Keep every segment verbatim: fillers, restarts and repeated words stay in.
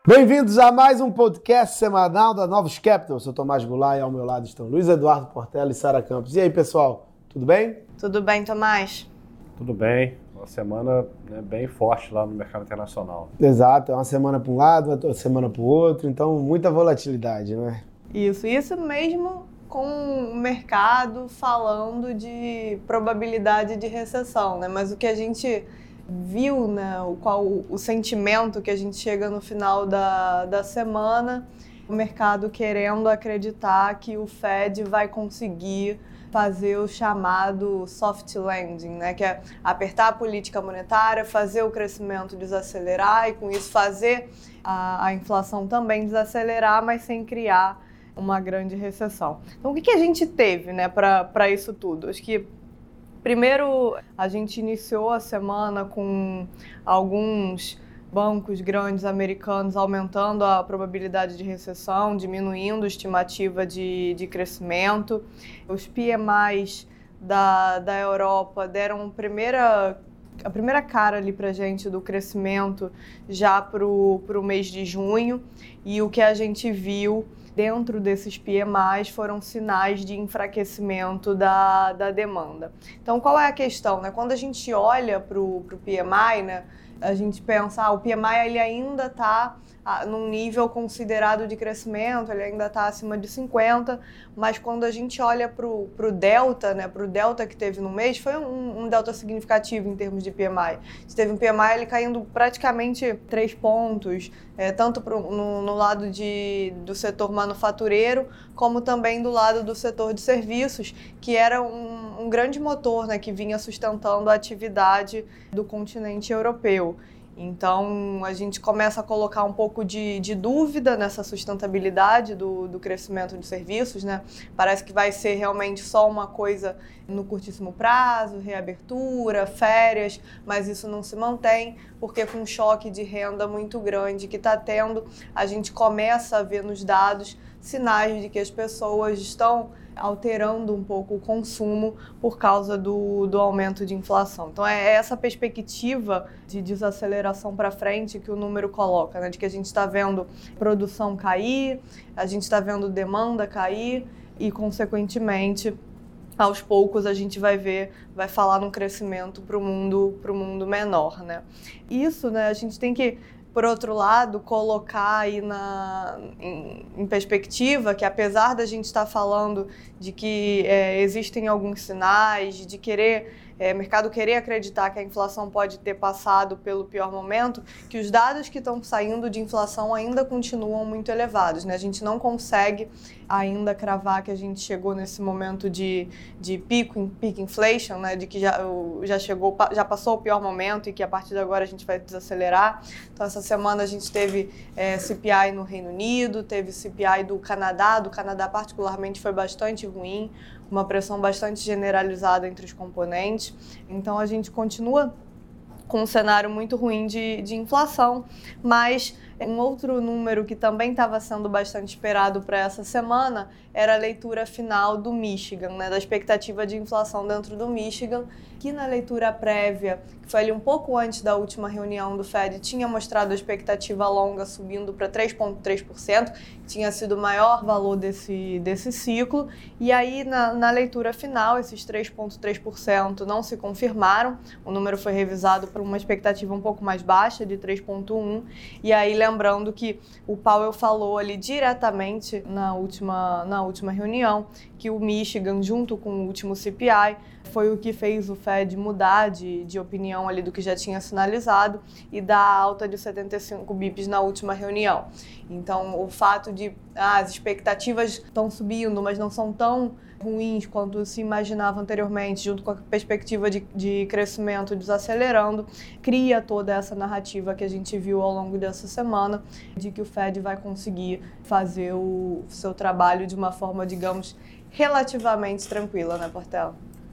Bem-vindos a mais um podcast semanal da Novos Capital. Eu sou Tomás Goulart e ao meu lado estão Luiz Eduardo Portela e Sara Campos. E aí, pessoal, tudo bem? Tudo bem, Tomás? Tudo bem. Uma semana, né, bem forte lá no mercado internacional. Exato, é uma semana para um lado, outra semana para o outro, então muita volatilidade, não é? Isso, isso mesmo com o mercado falando de probabilidade de recessão, né? Mas o que a gente viu, né, o, qual, o sentimento que a gente chega no final da, da semana, o mercado querendo acreditar que o Fed vai conseguir fazer o chamado soft landing, né, que é apertar a política monetária, fazer o crescimento desacelerar e com isso fazer a, a inflação também desacelerar, mas sem criar uma grande recessão. Então, o que, que a gente teve, né, para isso tudo? Acho que primeiro, a gente iniciou a semana com alguns bancos grandes americanos aumentando a probabilidade de recessão, diminuindo a estimativa de, de crescimento. Os P M Is da, da Europa deram primeira, a primeira cara ali para a gente do crescimento já para o mês de junho. E o que a gente viu dentro desses P M Is foram sinais de enfraquecimento da, da demanda. Então, qual é a questão, né? Quando a gente olha para o P M I, né, a gente pensa, ah, o P M I ele ainda está ah, num nível considerado de crescimento, ele ainda está acima de cinquenta, mas quando a gente olha para o Delta, né, para o Delta que teve no mês, foi um, um Delta significativo em termos de P M I. A gente teve um P M I ele caindo praticamente três pontos, é, tanto pro, no, no lado de, do setor manufatureiro, como também do lado do setor de serviços, que era um, um grande motor, né, que vinha sustentando a atividade do continente europeu. Então, a gente começa a colocar um pouco de, de dúvida nessa sustentabilidade do, do crescimento de serviços, né? Parece que vai ser realmente só uma coisa no curtíssimo prazo, reabertura, férias, mas isso não se mantém, porque com um choque de renda muito grande que está tendo, a gente começa a ver nos dados sinais de que as pessoas estão alterando um pouco o consumo por causa do, do aumento de inflação. Então, é essa perspectiva de desaceleração para frente que o número coloca, né? De que a gente está vendo produção cair, a gente está vendo demanda cair e, consequentemente, aos poucos a gente vai ver, vai falar num crescimento para o mundo, para o mundo menor, né? Isso, né, a gente tem que, por outro lado, colocar aí na, em, em perspectiva que, apesar da gente estar falando de que é, existem alguns sinais de querer, é, mercado querer acreditar que a inflação pode ter passado pelo pior momento, que os dados que estão saindo de inflação ainda continuam muito elevados, né? A gente não consegue ainda cravar que a gente chegou nesse momento de, de pico, peak inflation, né? De que já, já chegou, já passou o pior momento e que a partir de agora a gente vai desacelerar. Então, essa semana a gente teve é, C P I no Reino Unido, teve C P I do Canadá, do Canadá particularmente foi bastante ruim, uma pressão bastante generalizada entre os componentes. Então, a gente continua com um cenário muito ruim de, de inflação, mas um outro número que também estava sendo bastante esperado para essa semana era a leitura final do Michigan, né, da expectativa de inflação dentro do Michigan, que na leitura prévia, que foi ali um pouco antes da última reunião do Fed, tinha mostrado a expectativa longa subindo para três vírgula três por cento, que tinha sido o maior valor desse, desse ciclo, e aí na, na leitura final esses três vírgula três por cento não se confirmaram, o número foi revisado para uma expectativa um pouco mais baixa, de três vírgula um por cento, e aí lembrando que o Powell falou ali diretamente na última, na última reunião, que o Michigan, junto com o último C P I, foi o que fez o Fed mudar de, de opinião ali do que já tinha sinalizado e dar alta de setenta e cinco bips na última reunião. Então, o fato de ah, as expectativas estão subindo, mas não são tão ruins quanto se imaginava anteriormente, junto com a perspectiva de, de crescimento desacelerando, cria toda essa narrativa que a gente viu ao longo dessa semana, de que o Fed vai conseguir fazer o seu trabalho de uma forma, digamos, relativamente tranquila, né, Portela?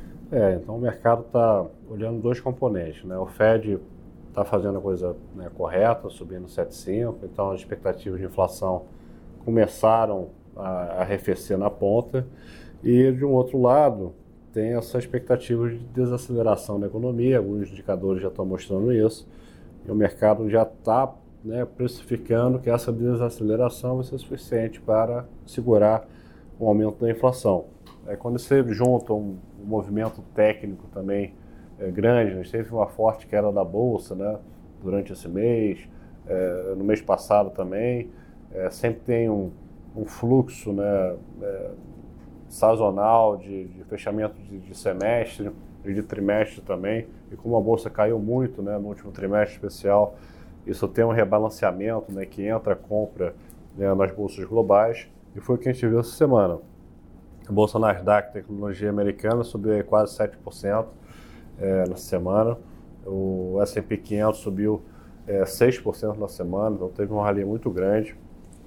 É, então o mercado está olhando dois componentes, né? O Fed está fazendo a coisa, né, correta, subindo sete vírgula cinco, então as expectativas de inflação começaram a arrefecer na ponta, e de um outro lado tem essa expectativa de desaceleração da economia, alguns indicadores já estão mostrando isso, e o mercado já está né, precificando que essa desaceleração vai ser suficiente para segurar o aumento da inflação. É, quando você junta um, um movimento técnico também é, grande, a gente teve uma forte queda da Bolsa, né, durante esse mês, é, no mês passado também, é, sempre tem um, um fluxo, né, é, sazonal de, de fechamento de, de semestre e de trimestre também, e como a Bolsa caiu muito, né, no último trimestre especial, isso tem um rebalanceamento, né, que entra a compra, né, nas bolsas globais, e foi o que a gente viu essa semana. A Bolsa Nasdaq Tecnologia Americana subiu aí quase sete por cento é, na semana, o S e P quinhentos subiu é, seis por cento na semana, então teve uma rally muito grande.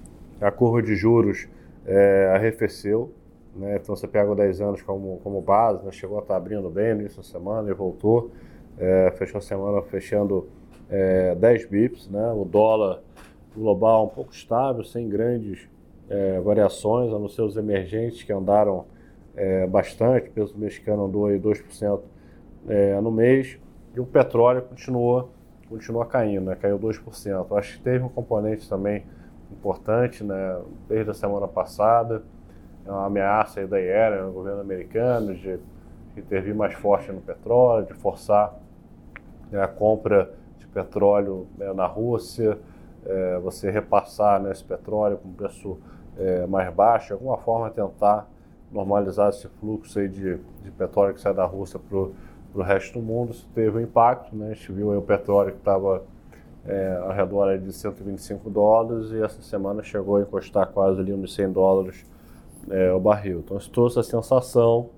A curva de juros é, arrefeceu, né, então você pega o dez anos como, como base, né, chegou a estar abrindo bem no início da semana e voltou, é, fechou a semana fechando é, dez bips, né, o dólar global um pouco estável, sem grandes é, variações, a não ser os emergentes que andaram é, bastante, o peso mexicano andou aí dois por cento é, no mês, e o petróleo continuou, continua caindo, né, caiu dois por cento. Acho que teve um componente também importante, né, desde a semana passada, uma ameaça aí da I E R, no governo americano, de intervir mais forte no petróleo, de forçar, né, a compra de petróleo, né, na Rússia, é, você repassar, né, esse petróleo com preço é, mais baixo, de alguma forma tentar normalizar esse fluxo aí de, de petróleo que sai da Rússia para o resto do mundo. Isso teve um impacto, né, a gente viu aí o petróleo que estava é, ao redor aí de cento e vinte e cinco dólares e essa semana chegou a encostar quase ali nos cem dólares É, o barril. Então isso trouxe a sensação,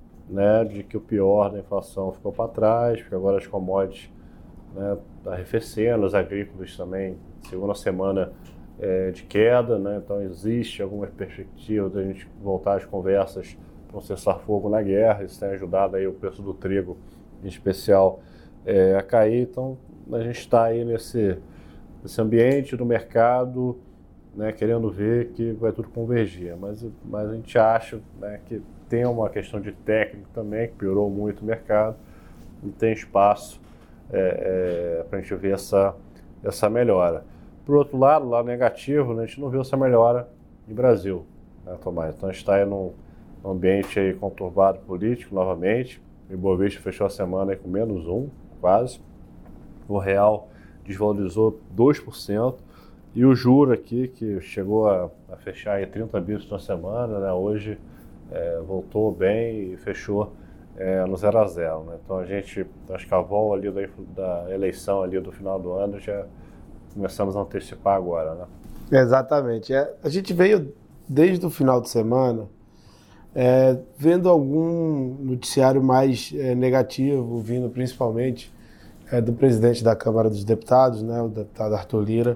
né, de que o pior da inflação ficou para trás, porque agora as commodities, né, tá arrefecendo, os agrícolas também, segunda semana é, de queda, né, então existe alguma perspectiva de a gente voltar às conversas para um cessar-fogo na guerra, isso tem ajudado aí o preço do trigo, em especial, é, a cair, então a gente está aí nesse, nesse ambiente do mercado, né, querendo ver que vai tudo convergir, mas, mas a gente acha, né, que tem uma questão de técnico também, que piorou muito o mercado, e tem espaço é, é, para a gente ver essa, essa melhora. Por outro lado, lá negativo, né, a gente não viu essa melhora no Brasil, né, Tomás? Então a gente está aí num, num ambiente aí conturbado político novamente, o Ibovespa fechou a semana aí com menos um, quase, o real desvalorizou dois por cento, e o juro aqui, que chegou a, a fechar em trinta bips na semana, né, hoje é, voltou bem e fechou é, no zero a zero. Né? Então a gente, acho que a vol ali da, da eleição ali do final do ano já começamos a antecipar agora. Né? Exatamente. É, a gente veio desde o final de semana é, vendo algum noticiário mais é, negativo, vindo principalmente é, do presidente da Câmara dos Deputados, né, o deputado Arthur Lira,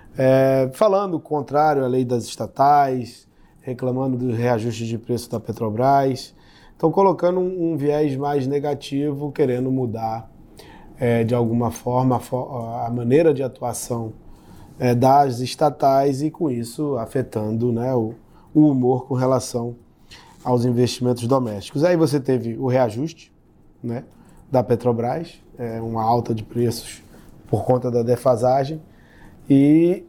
É, falando contrário à lei das estatais, reclamando do reajuste de preço da Petrobras, então colocando um, um viés mais negativo, querendo mudar é, de alguma forma a, a maneira de atuação é, das estatais e com isso afetando, né, o, o humor com relação aos investimentos domésticos. Aí você teve o reajuste, né, da Petrobras, é, uma alta de preços por conta da defasagem. E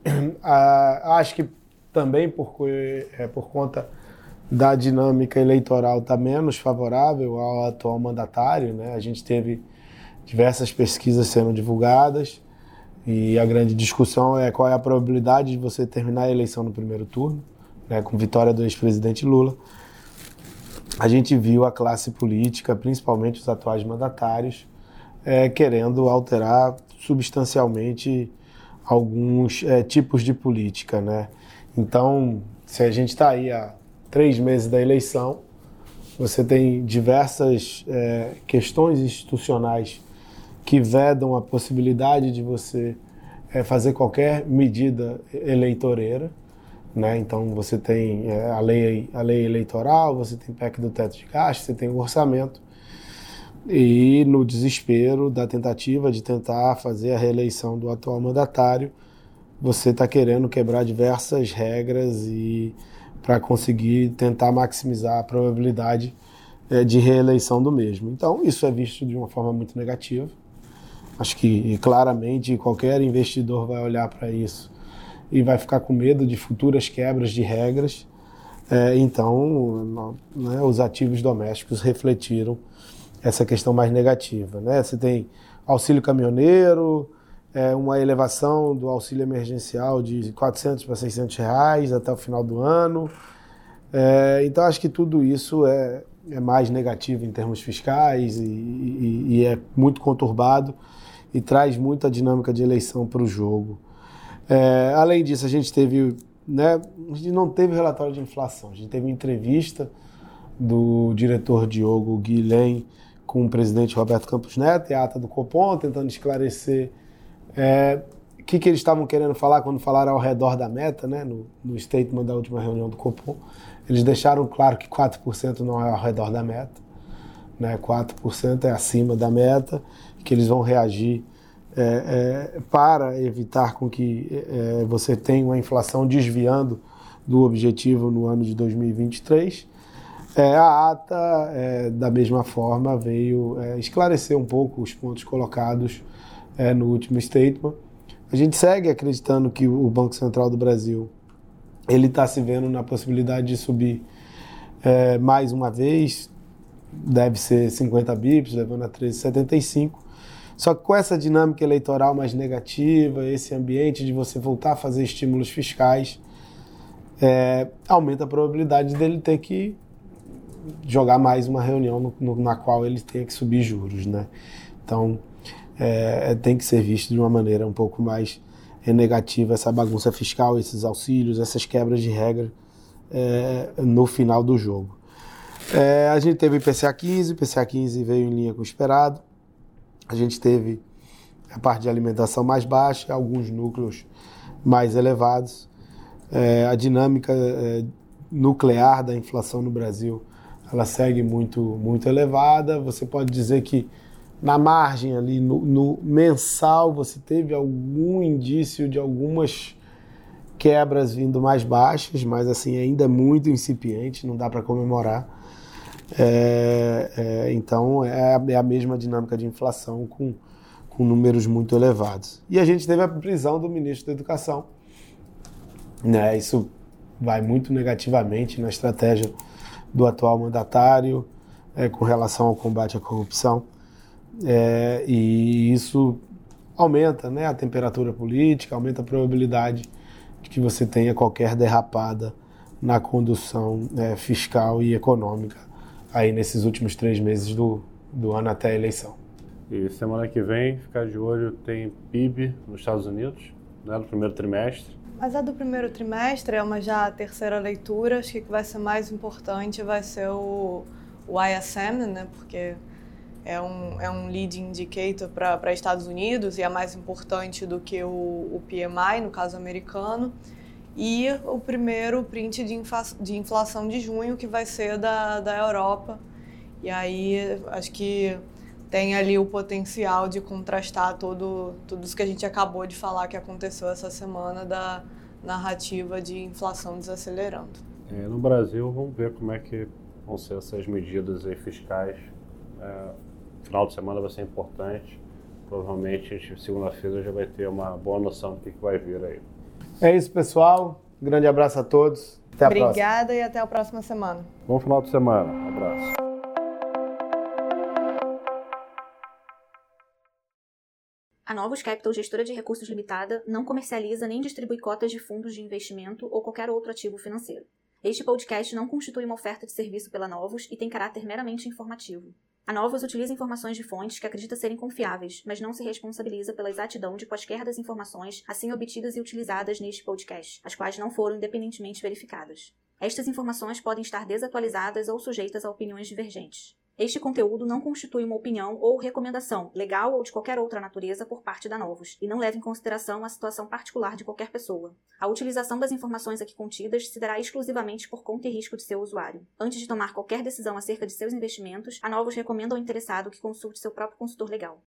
a, acho que também por, é, por conta da dinâmica eleitoral está menos favorável ao atual mandatário, né? A gente teve diversas pesquisas sendo divulgadas e a grande discussão é qual é a probabilidade de você terminar a eleição no primeiro turno, né, com vitória do ex-presidente Lula. A gente viu a classe política, principalmente os atuais mandatários, é, querendo alterar substancialmente alguns é, tipos de política, né? Então, se a gente está aí há três meses da eleição, você tem diversas é, questões institucionais que vedam a possibilidade de você é, fazer qualquer medida eleitoreira, né? Então, você tem é, a, lei, a lei eleitoral, você tem P E C do teto de gastos, você tem o orçamento, e no desespero da tentativa de tentar fazer a reeleição do atual mandatário, você está querendo quebrar diversas regras e para conseguir tentar maximizar a probabilidade é, de reeleição do mesmo. Então, isso é visto de uma forma muito negativa. Acho que claramente qualquer investidor vai olhar para isso e vai ficar com medo de futuras quebras de regras. É, então, né, os ativos domésticos refletiram essa questão mais negativa, né? Você tem auxílio caminhoneiro, é, uma elevação do auxílio emergencial de quatrocentos para seiscentos reais até o final do ano. É, então, acho que tudo isso é, é mais negativo em termos fiscais e, e, e é muito conturbado e traz muita dinâmica de eleição para o jogo. É, além disso, a gente teve, né, a gente não teve relatório de inflação, a gente teve entrevista do diretor Diogo Guilhem com o presidente Roberto Campos Neto e a ata do Copom, tentando esclarecer é, o que, que eles estavam querendo falar quando falaram ao redor da meta, né, no, no statement da última reunião do Copom. Eles deixaram claro que quatro por cento não é ao redor da meta, né, quatro por cento é acima da meta, que eles vão reagir é, é, para evitar com que é, você tenha uma inflação desviando do objetivo no ano de dois mil e vinte e três. É, a ata, é, da mesma forma, veio é, esclarecer um pouco os pontos colocados é, no último statement. A gente segue acreditando que o Banco Central do Brasil ele está se vendo na possibilidade de subir é, mais uma vez, deve ser cinquenta bips, levando a treze vírgula setenta e cinco. Só que com essa dinâmica eleitoral mais negativa, esse ambiente de você voltar a fazer estímulos fiscais, é, aumenta a probabilidade dele ter que jogar mais uma reunião no, no, na qual ele tenha que subir juros, né? Então, é, tem que ser visto de uma maneira um pouco mais negativa essa bagunça fiscal, esses auxílios, essas quebras de regra é, no final do jogo. É, a gente teve o I P C A quinze, o I P C A quinze veio em linha com o esperado. A gente teve a parte de alimentação mais baixa, alguns núcleos mais elevados. É, a dinâmica é, nuclear da inflação no Brasil, ela segue muito, muito elevada. Você pode dizer que na margem ali, no, no mensal, você teve algum indício de algumas quebras vindo mais baixas, mas assim, ainda é muito incipiente, não dá para comemorar. É, é, então, é a, é a mesma dinâmica de inflação com, com números muito elevados. E a gente teve a prisão do ministro da Educação. Né, isso vai muito negativamente na estratégia do atual mandatário é, com relação ao combate à corrupção. É, e isso aumenta, né, a temperatura política, aumenta a probabilidade de que você tenha qualquer derrapada na condução é, fiscal e econômica aí nesses últimos três meses do, do ano até a eleição. E semana que vem, ficar de olho, tem P I B nos Estados Unidos, né, no primeiro trimestre. Mas a do primeiro trimestre é uma já terceira leitura, acho que o que vai ser mais importante vai ser o, o I S M, né, porque é um, é um lead indicator para Estados Unidos e é mais importante do que o, o P M I, no caso americano, e o primeiro print de, infla, de inflação de junho, que vai ser da, da Europa. E aí acho que tem ali o potencial de contrastar todo, tudo isso que a gente acabou de falar que aconteceu essa semana da narrativa de inflação desacelerando. É, no Brasil, vamos ver como é que vão ser essas medidas aí fiscais. É, final de semana vai ser importante. Provavelmente, segunda-feira, já vai ter uma boa noção do que, que vai vir aí. É isso, pessoal. Um grande abraço a todos. Até a Obrigada próxima. Obrigada e até a próxima semana. Bom final de semana. Um abraço. A Novos Capital, gestora de recursos limitada, não comercializa nem distribui cotas de fundos de investimento ou qualquer outro ativo financeiro. Este podcast não constitui uma oferta de serviço pela Novos e tem caráter meramente informativo. A Novos utiliza informações de fontes que acredita serem confiáveis, mas não se responsabiliza pela exatidão de quaisquer das informações assim obtidas e utilizadas neste podcast, as quais não foram independentemente verificadas. Estas informações podem estar desatualizadas ou sujeitas a opiniões divergentes. Este conteúdo não constitui uma opinião ou recomendação, legal ou de qualquer outra natureza, por parte da Novos, e não leva em consideração a situação particular de qualquer pessoa. A utilização das informações aqui contidas se dará exclusivamente por conta e risco de seu usuário. Antes de tomar qualquer decisão acerca de seus investimentos, a Novos recomenda ao interessado que consulte seu próprio consultor legal.